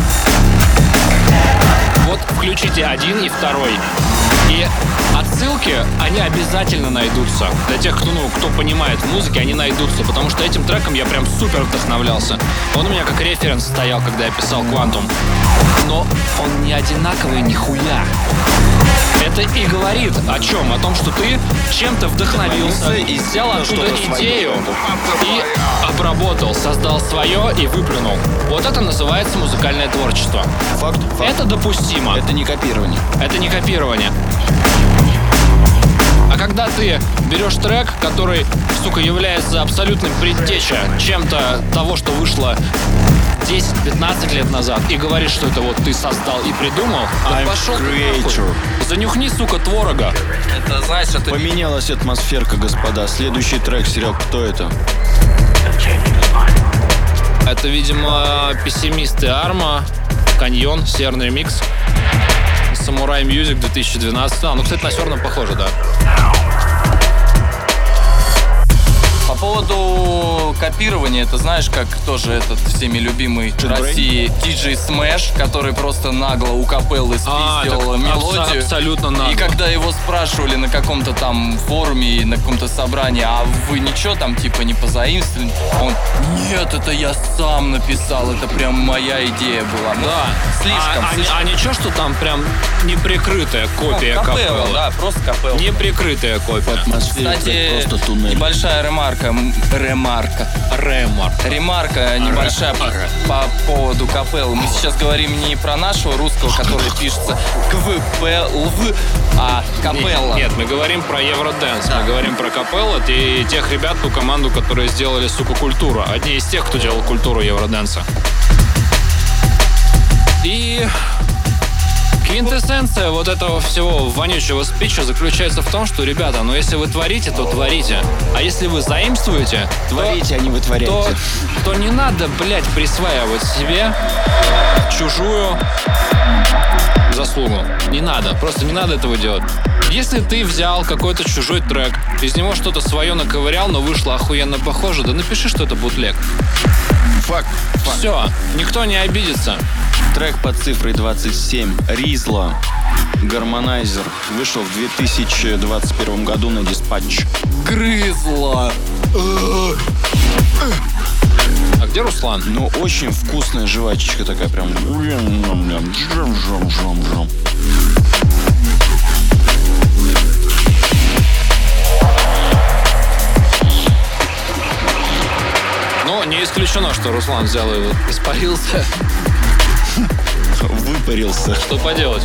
Вот включите один и второй. И отсылки, они обязательно найдутся. Для тех, кто понимает в музыке, они найдутся. Потому что этим треком я прям супер вдохновлялся. Он у меня как референс стоял, когда я писал «Quantum». Но он не одинаковый нихуя. Это и говорит о чем? О том, что ты чем-то вдохновился и взял оттуда идею и обработал, создал свое и выплюнул. Вот это называется музыкальное творчество. Факт. Это допустимо. Это не копирование. Это не копирование. А когда ты берешь трек, который, сука, является абсолютным предтечей чем-то того, что вышло 10-15 лет назад, и говоришь, что это вот ты создал и придумал, да пошел ты нахуй. Занюхни, сука, творога. Это, знаешь, это... Поменялась атмосферка, господа. Следующий трек, Серег, кто это? Это, видимо, пессимисты Арма, Каньон, Северный ремикс. Самурай Мьюзик 2012. Ну, кстати, на Северном похоже, да. По поводу копирования, это знаешь, как тоже этот всеми любимый в России DJ Smash, который просто нагло у капеллы спиздил мелодию. Абсолютно нагло. И когда его спрашивали на каком-то там форуме, на каком-то собрании, а вы ничего там типа не позаимствовали? Он: нет, это я сам написал, это прям моя идея была. Ну, Да. слишком. Ничего, что там прям неприкрытая копия капеллы. Да, просто капелла. Неприкрытая копия. Атмосфера Кстати, просто туннель. небольшая ремарка небольшая по поводу капеллы. Мы сейчас говорим не про нашего русского, который пишется КВПЛВ, а капелла. Нет, мы говорим про Евродэнс. Мы говорим про капеллу и тех ребят, ту команду, которые сделали, сука, культуру. Одни из тех, кто делал культуру Евродэнса. И квинтэссенция вот этого всего вонючего спича заключается в том, что, ребята, ну если вы творите, то творите. А если вы заимствуете, Творите, а не вытворяйте. то не надо, блядь, присваивать себе чужую заслугу. Не надо, просто не надо этого делать. Если ты взял какой-то чужой трек, из него что-то свое наковырял, но вышло охуенно похоже, да напиши, что это бутлег. Факт. Все, никто не обидится. Трек под цифрой 27. Ризла. Гармонайзер. Вышел в 2021 году на Dispatch. Грызла. А где Руслан? Ну, очень вкусная жвачечка такая прям. Ну, не исключено, что Руслан взял и испарился. Выпарился. Что поделать?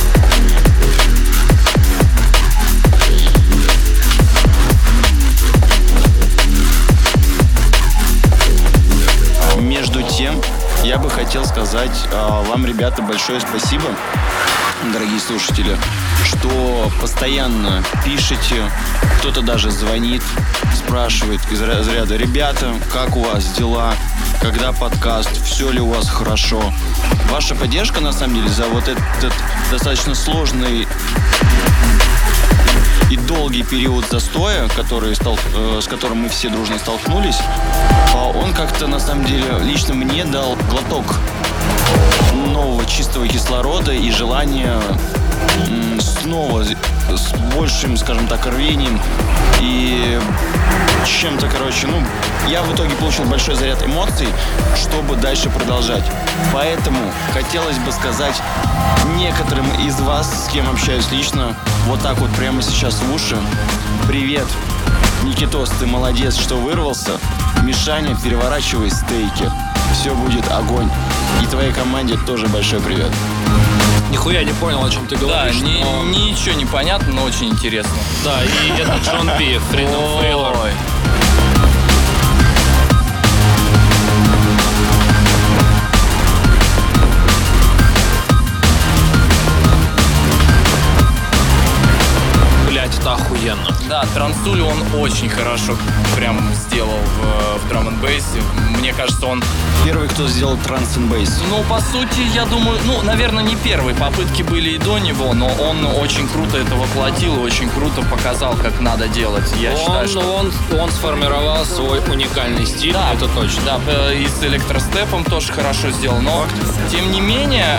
Между тем, я бы хотел сказать вам, ребята, большое спасибо, дорогие слушатели, что постоянно пишете, кто-то даже звонит, спрашивает из разряда: ребята, как у вас дела, когда подкаст, все ли у вас хорошо. Ваша поддержка, на самом деле, за вот этот достаточно сложный и долгий период застоя, с которым мы все дружно столкнулись, он как-то, на самом деле, лично мне дал глоток нового чистого кислорода и желания снова с большим, скажем так, рвением и чем-то, я в итоге получил большой заряд эмоций, чтобы дальше продолжать. Поэтому хотелось бы сказать некоторым из вас, с кем общаюсь лично, вот так вот прямо сейчас в уши: привет, Никитос, ты молодец, что вырвался. Мишаня, переворачивай стейки. Все будет огонь. И твоей команде тоже большой привет. Нихуя не понял, о чем ты Да, говоришь. но- ничего не понятно, но очень интересно. Да, и это Джон Би, Freedom Thriller. Ой. Блять, это охуенно. Да, Трансулю он очень хорошо прям сделал в драм-н-бейсе. Мне кажется, он... Первый, кто сделал транс н бейс. Ну, по сути, я думаю, наверное, не первый. Попытки были и до него, но он очень круто это воплотил и очень круто показал, как надо делать. Я считаю, что... Он сформировал свой уникальный стиль, Да, это точно. Да, и с электростепом тоже хорошо сделал. Но, тем не менее,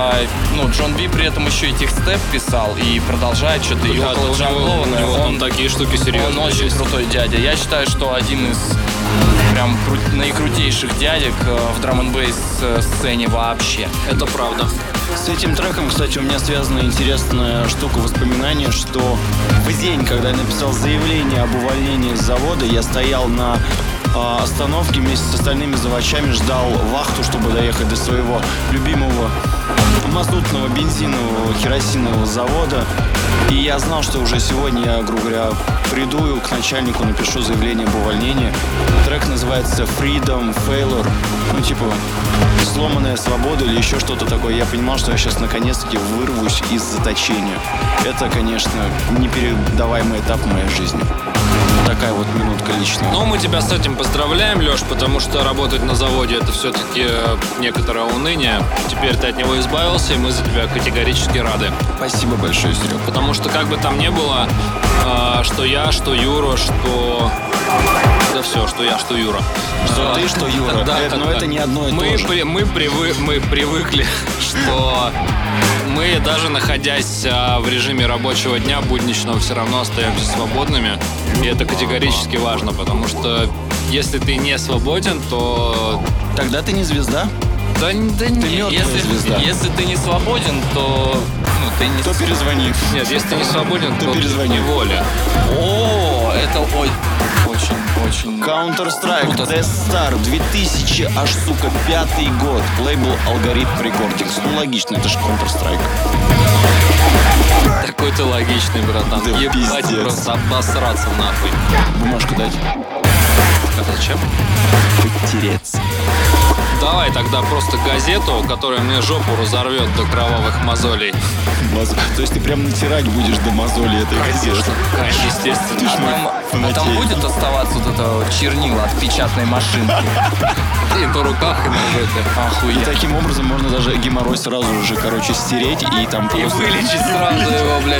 Джон Би при этом еще и техстеп писал и продолжает что-то и около у джанглованное. него там такие штуки Он серьезные очень есть. крутой дядя. Я считаю, что один из прям наикрутейших дядек в драм-н-бейс сцене вообще. Это правда. С этим треком, кстати, у меня связана интересная штука, воспоминания, что в день, когда я написал заявление об увольнении с завода, я стоял на остановке вместе с остальными заводчами, ждал вахту, чтобы доехать до своего любимого мазутного, бензинового, керосинового завода. И я знал, что уже сегодня я, грубо говоря, приду к начальнику, напишу заявление об увольнении. Трек называется Freedom Failure. Ну, типа, сломанная свобода или еще что-то такое. Я понимал, что я сейчас наконец-таки вырвусь из заточения. Это, конечно, непередаваемый этап в моей жизни. Такая вот минутка личная. Но мы тебя с этим поздравляем, Леш, потому что работать на заводе — это все-таки некоторое уныние. Теперь ты от него избавился, и мы за тебя категорически рады. Спасибо большое, Серег. Потому что как бы там ни было, что я, что Юра, что... Да все, что я, что Юра. Что ты, что Юра. Да, Но это не одно и то же. Мы привыкли, что мы, даже находясь в режиме рабочего дня, будничного, все равно остаемся свободными. И это категорически важно, потому что если ты не свободен, то... Тогда ты не звезда. Да не, мертвая звезда. Если ты не свободен, то ты не... То перезвони. Нет, если ты не свободен, то перезвони. неволя. О, это очень... Counter-Strike, Круто. Death Star, 2000, аж, сука, 5-й год. Лейбл Algorithm Recordings. Ну, логично, это же Counter-Strike. Такой ты логичный, братан. Да Ебать, пиздец. просто обосраться нахуй. Бумажку дать. А зачем? Потереться. Давай тогда просто газету, которая мне жопу разорвет до кровавых мозолей. То есть ты прям натирать будешь до мозоли этой газеты. Конечно, естественно. А там будет оставаться вот это вот чернила от печатной машинки? И на руках, и на жопе. И Охуеть. таким образом можно даже геморрой сразу же, стереть и там И просто... вылечить сразу его, блядь.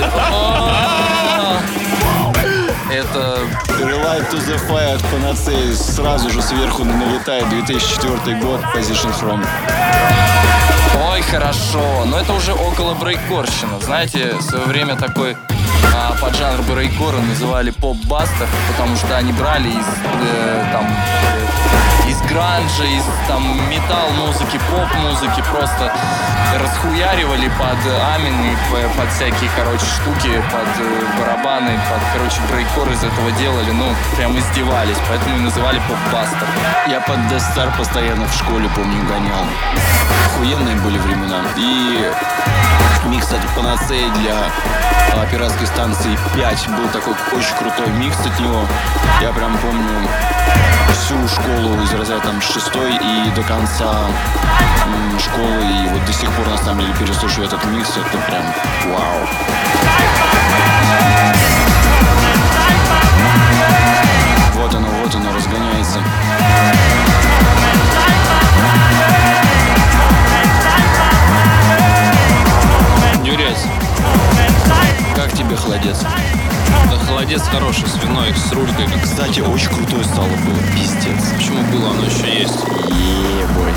Это... Relight to the Fire от Panacea сразу же сверху налетает 2004 год, Position From. Ой, хорошо. Но это уже около брейккорщина. Знаете, в свое время такой поджанр брейккора называли поп-бастер, потому что они брали из гранжа, из металл-музыки, поп-музыки, просто расхуяривали под амины, под всякие, штуки, под барабаны, брейккор из этого делали, прям издевались, поэтому и называли поп-бастер. Я под Death Star постоянно в школе, помню, гонял. Охуенные были времена. И микс от Panacea для пиратской станции 5 был такой очень крутой микс от него. Я прям помню всю школу из разряда 6-й и до конца школы. И вот до сих пор, на самом деле, переслушиваю этот микс. Это прям вау. Вот оно разгоняется. Юрец, Как тебе холодец? да холодец хороший, свиной, с рулькой. Кстати, очень крутое стало было. Пиздец. Почему было, оно еще есть. Ебой.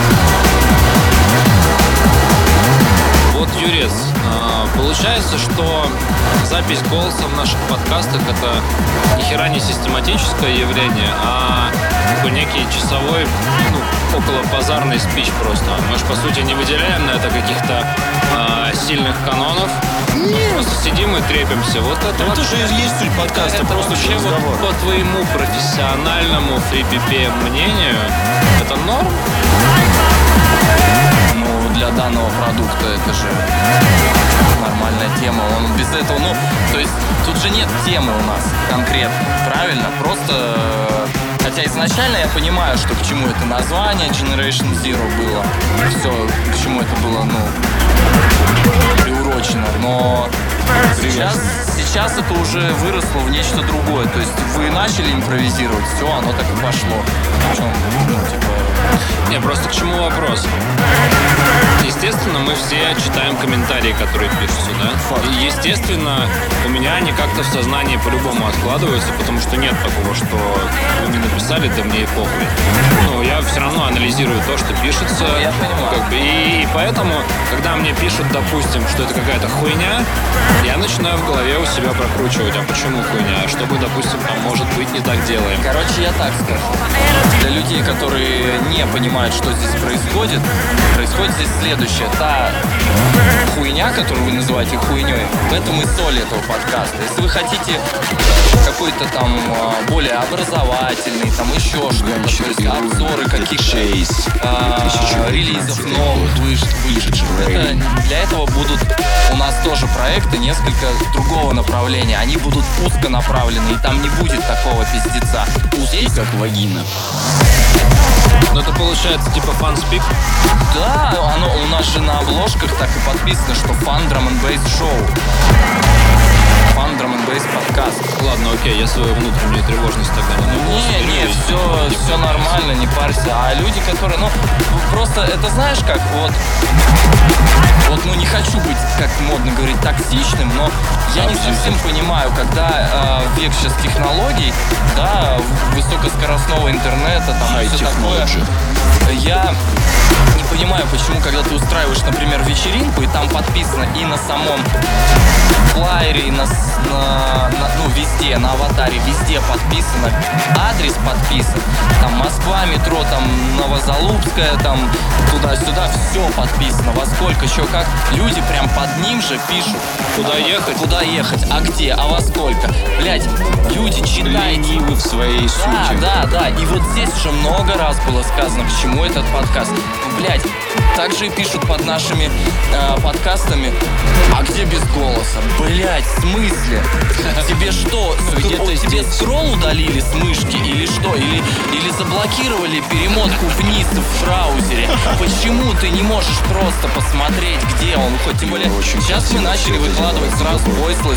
Вот, Юрец, получается, что запись голоса в наших подкастах — это ни хера не систематическое явление, а такой некий часовой, около-базарный спич просто. Мы же, по сути, не выделяем на это каких-то сильных канонов. Мы просто сидим и трепимся. Вот это вот. Это же и есть суть подкаста, Это просто вообще разговор. вот по твоему профессиональному фрипипе мнению, это норм? Для данного продукта это же нормальная тема. Он без этого, то есть тут же нет темы у нас конкретно, правильно? Просто, хотя изначально я понимаю, что к чему это название Generation Zero было, все, к чему это было, приурочено, но сейчас сейчас это уже выросло в нечто другое. То есть вы начали импровизировать, все, оно так и пошло. Причем, Не, просто к чему вопрос? Естественно, мы все читаем комментарии, которые пишутся, да? И, естественно, у меня они как-то в сознании по-любому откладываются, потому что нет такого, что вы мне написали, да мне и похуй. Ну, я все равно анализирую то, что пишется. Я понимаю. Как бы, и поэтому, когда мне пишут, допустим, что это какая-то хуйня, я начинаю в голове у себя прокручивать, а почему хуйня? Что мы, допустим, там, может быть, не так делаем? короче, я так скажу. Для людей, которые не понимают, что здесь происходит здесь следующее. Та хуйня, которую вы называете хуйней, в этом и соль этого подкаста. Если вы хотите какой-то там более образовательный, там еще что-то, то есть обзоры каких-то релизов новых вышедших, для этого будут у нас тоже проекты несколько другого направления. Они будут узконаправлены, и там не будет такого пиздеца. Узкий, как вагина. Ну, это получается типа фан-спик? Да, оно у нас же на обложках так и подписано, что Fun Drum and Bass Show. Fun Drum and Bass подкаст. Ладно, окей, я свою внутреннюю тревожность тогда Не, все нормально, не парься. А люди, которые, просто это знаешь как, вот, ну не хочу быть, как модно говорить, токсичным, но я не совсем понимаю, когда век сейчас технологий, да, высокоскоростного интернета, там, и все такое. Я не понимаю, почему, когда ты устраиваешь, например, вечеринку, и там подписано и на самом флайере, и везде, на аватаре, везде подписано, адрес подписан, там Москва, метро, там Новозалупская, там туда-сюда, все подписано, во сколько, еще как, люди прям под ним же пишут. Куда ехать, а где, а во сколько. Блять, люди читают. Ленивы в своей сути. Да, и вот здесь уже много раз было сказано, к чему этот подкаст. Блять, также и пишут под нашими подкастами, а где без голоса? Блять, в смысле? Тебе что, тебе скролл удалили с мышки или что? Или заблокировали перемотку вниз в браузере? Почему ты не можешь просто посмотреть, где он? Хоть тем более, сейчас мы начали выкладывать сразу voiceless.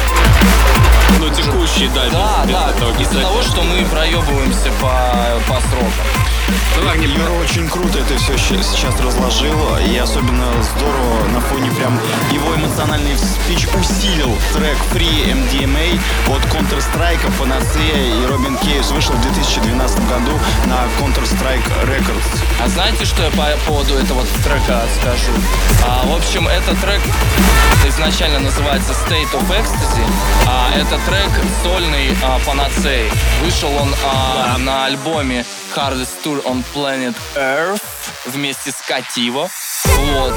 Ну, текущие, да. Да, из-за того, что мы проебываемся по срокам. Юра очень круто это все сейчас разложил, и особенно здорово на фоне прям его эмоциональный спич усилил трек Free MDMA от Counter-Strike, Panacea и Robin Кейвс вышел в 2012 году на Counter-Strike Records. А знаете, что я по поводу этого трека скажу? В общем, этот трек изначально называется State of Ecstasy, а это трек сольный Panacea. Вышел он на альбоме Hardest Tour on Planet Earth вместе с Кативо. Вот.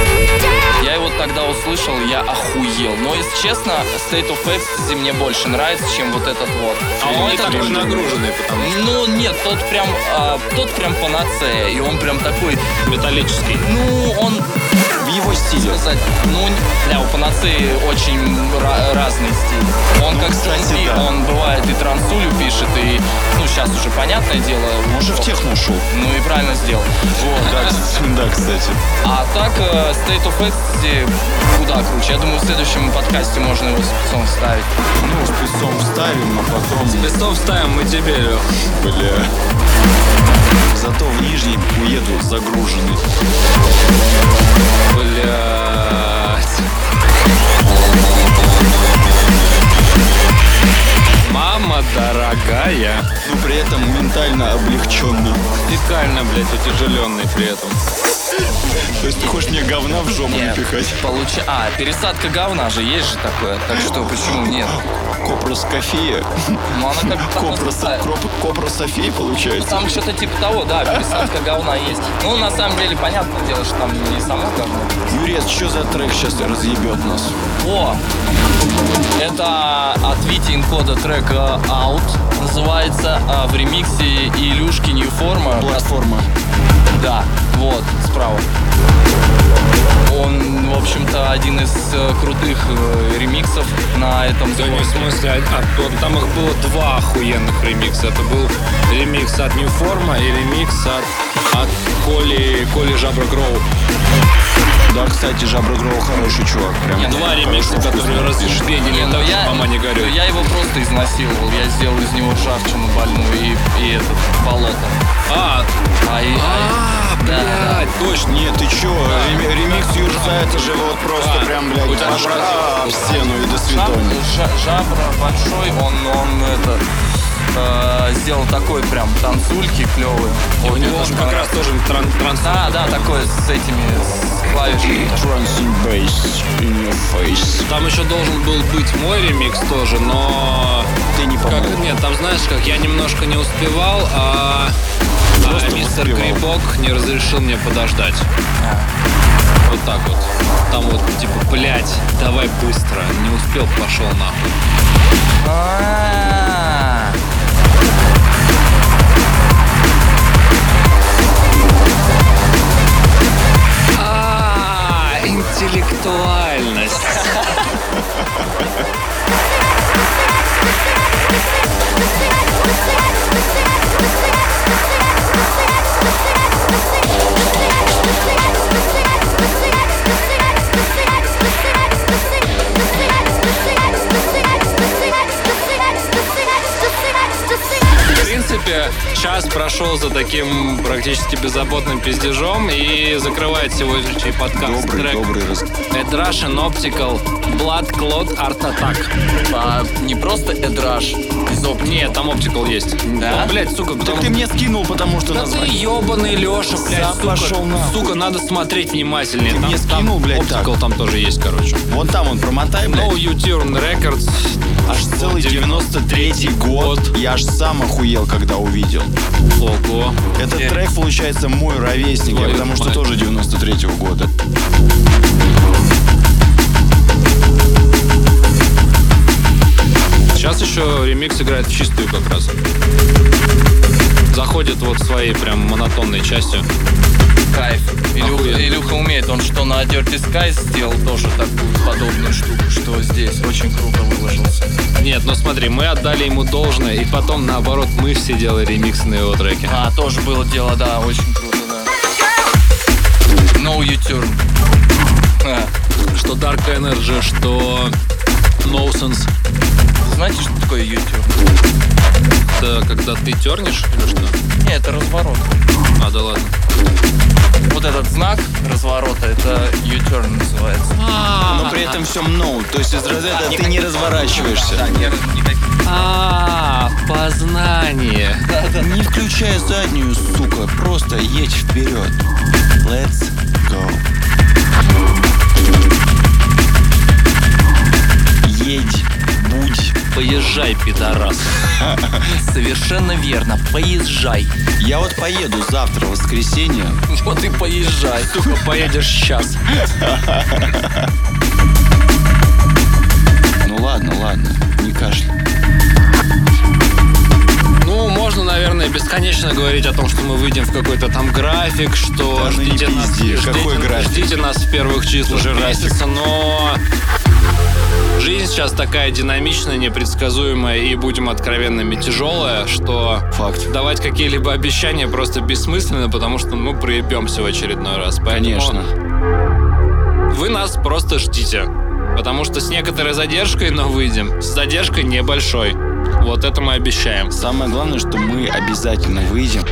Я его тогда услышал, я охуел. Но, если честно, State of Ecstasy мне больше нравится, чем вот этот вот. А он не такой нагруженный, потому что... Ну, нет, тот прям Panacea, и он прям такой... Металлический. Ну, он... В его стиле. Сказать, у Panacea очень разный стиль. Он как кстати, да. Он бывает и трансулю пишет, и, сейчас уже понятное дело. Он же в техно ушел. Ну и правильно сделал. Вот. Да, кстати. А так, State of Ecstasy куда круче. Я думаю, в следующем подкасте можно его спецом вставить. Ну, спецом вставим, а потом... Спецом вставим мы тебе, Лёх. Бля. Зато в Нижний уеду загруженный. Блядь. Мама дорогая. Но при этом ментально облегченно. Фекально, блядь, утяжеленный при этом. То есть ты хочешь мне говна в жопу Нет, напихать? пересадка говна же есть же такое. Так что почему нет? Копроскофия. Ну она как-то Копрософия получается. там что-то типа того, да, пересадка говна есть. Ну, на самом деле, понятное дело, что там не само говно. Юрец, что за трек сейчас разъебет нас? Это от Вити Инкода трек Out называется, в ремиксе Илюшки Ньюформа. Платформа. Да, вот, справа. Он, в общем-то, один из крутых ремиксов на этом Да не, в смысле, там их было два охуенных ремикса. Это был ремикс от Ньюформа и ремикс от Коли Жабра Гроу. Да, кстати, Жабра Гроу хороший чувак. Прям. Два ремикса, которые разбедили Но так, что мама не горюй. я его просто изнасиловал. Я сделал из него ржавчину больную и этот болото. Блядь, точно. Нет, ты чё? Ремикс Юрца, это же вот просто прям, блядь, У тебя башка в стену и до свидания. Жабра большой, он сделал такой прям танцульки клевые. У него же как раз тоже транс. Да, такой с этими с клавишами. Transing bass in your face. Там еще должен был быть мой ремикс тоже, но... Ты не помог. Нет, там знаешь как, я немножко не успевал, а мистер успевал. Грибок не разрешил мне подождать. Вот так вот. Там вот типа, блядь, давай быстро. Не успел, пошел нахуй. Интеллектуальность. В принципе, час прошел за таким практически беззаботным пиздежом и закрывает сегодняшний подкаст трек Добрый Эдраш and Optical Blood Clot Art Attack. Не просто Эдраш из Optical. Нет, там Optical есть. Да? Ну, блядь, сука, Так ты мне скинул, потому что Да ты название. ебаный Леша, блядь, Сам сука. пошел нахуй. Сука, надо смотреть внимательнее. Ты Там- мне там скинул, блядь, Optical так. там тоже есть, короче. Вон там он, промотай, блядь. No U-Turn Records. Аж целый 93-й год. Я аж сам охуел, когда увидел. Ого. Этот трек, получается, мой ровесник, я Твою потому что мать. тоже 93-го года. Сейчас еще ремикс играет в чистую как раз. Заходит вот своей прям монотонной частью. Кайф. Охуенно. Илюха умеет. Он что на Dirty Skies сделал тоже такую подобную штуку, что здесь очень круто выложился. Нет, ну смотри, мы отдали ему должное, и потом, наоборот, мы все делали ремиксы на его треки. Тоже было дело, да, очень круто, да. No U-turn. Что Dark Energy, что No Sense. Знаете, что такое U-turn? Это когда ты тернешь или что? Не, это разворот. Да ладно. Вот этот знак разворота, это U-turn называется. Но при этом все no, то есть из разряда ты не разворачиваешься. Да, никаких. Познание. Не включая заднюю, сука, просто едь вперед. Let's go. Едь, будь. Поезжай, пидорас. Совершенно верно, поезжай. Я вот поеду завтра, в воскресенье. Вот и поезжай. Сука, поедешь сейчас. Ну ладно, не кашляй. Ну, можно, наверное, бесконечно говорить о том, что мы выйдем в какой-то там график, что Да ну не ждите нас, пизди, какой график? ждите нас в первых числах Жирасик. месяца, но жизнь сейчас такая динамичная, непредсказуемая и, будем откровенными, тяжелая, что Факт. давать какие-либо обещания просто бессмысленно, потому что мы проебемся в очередной раз. Поэтому Конечно. вы нас просто ждите, потому что с некоторой задержкой, но выйдем. С задержкой небольшой. Вот это мы обещаем. Самое главное, что мы обязательно выйдем.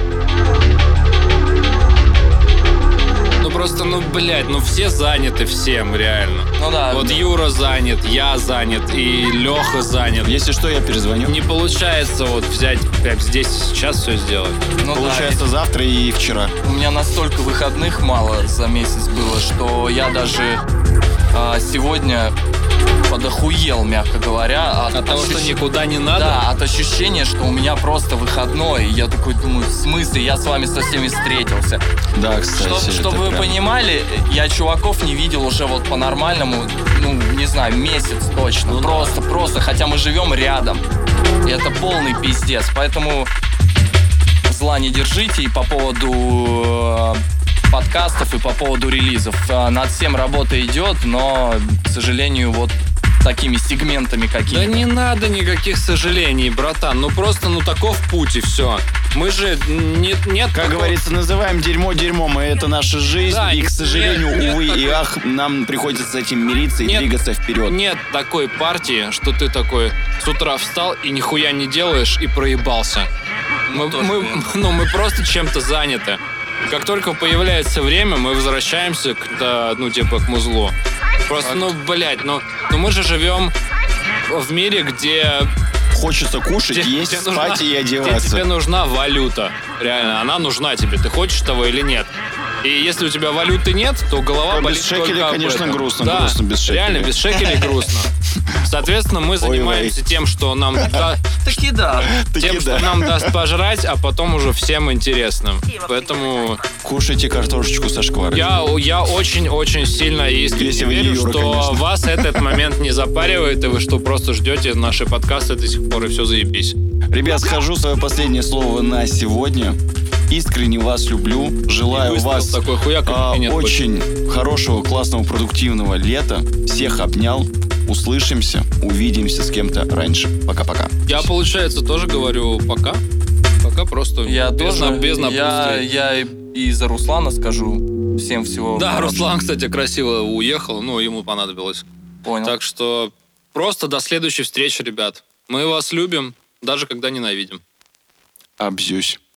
Ну просто, блядь, все заняты всем, реально. Ну да. Вот Юра занят, я занят и Леха занят. Если что, я перезвоню. Не получается вот взять прям здесь сейчас все сделать. Ну да, Получается, завтра и вчера. у меня настолько выходных мало за месяц было, что я даже сегодня подохуел, мягко говоря. От того, что никуда не надо. Да, от ощущения, что у меня просто выходной. И я такой думаю, в смысле, я с вами со всеми встретился. Да, кстати. Чтобы это вы прям- понимали, я чуваков не видел уже вот по-нормальному, не знаю, месяц точно. Ну просто, хотя мы живем рядом. И это полный пиздец. Поэтому зла не держите. И по поводу подкастов, и по поводу релизов. Над всем работа идет, но, к сожалению, вот такими сегментами Да какими-то. не надо никаких сожалений, братан. Просто, таков путь и все. Мы же нет Как такого- говорится, называем дерьмо дерьмом, и это наша жизнь. Да, и, к сожалению, нет увы и такой- ах, нам приходится с этим мириться и Нет. двигаться вперед. Нет такой партии, что ты такой с утра встал и нихуя не делаешь и проебался. Мы просто чем-то заняты. Как только появляется время, мы возвращаемся к музлу. Просто, мы же живем в мире, где Хочется кушать, есть, тебе спать и где одеваться. тебе нужна валюта. Реально, она нужна тебе. Ты хочешь того или нет. И если у тебя валюты нет, то голова То без болит шекелей, только об конечно, этом. грустно, Да, грустно без шекелей. реально, без шекелей грустно. Соответственно, мы занимаемся тем, что нам Таки да. тем, что нам даст пожрать, а потом уже всем интересным. Поэтому Кушайте картошечку со шкварочкой. я очень-очень сильно и искренне Если вы не верю, Юра, что конечно. вас этот момент не запаривает, и вы что, просто ждете наши подкасты до сих пор, и все заебись. Ребят, скажу свое последнее слово на сегодня. Искренне вас люблю. Желаю Выстрел вас такой, хуяк, и нет очень хорошего, классного, продуктивного лета. Всех обнял. Услышимся, увидимся с кем-то раньше. Пока-пока. Я, получается, тоже говорю пока. Пока просто Я без, тоже. без напутствий. Я и за Руслана скажу. Всем всего Да, хорошего. Руслан, кстати, красиво уехал, ему понадобилось. Понял. Так что просто до следующей встречи, ребят. Мы вас любим, даже когда ненавидим. Абзюсь.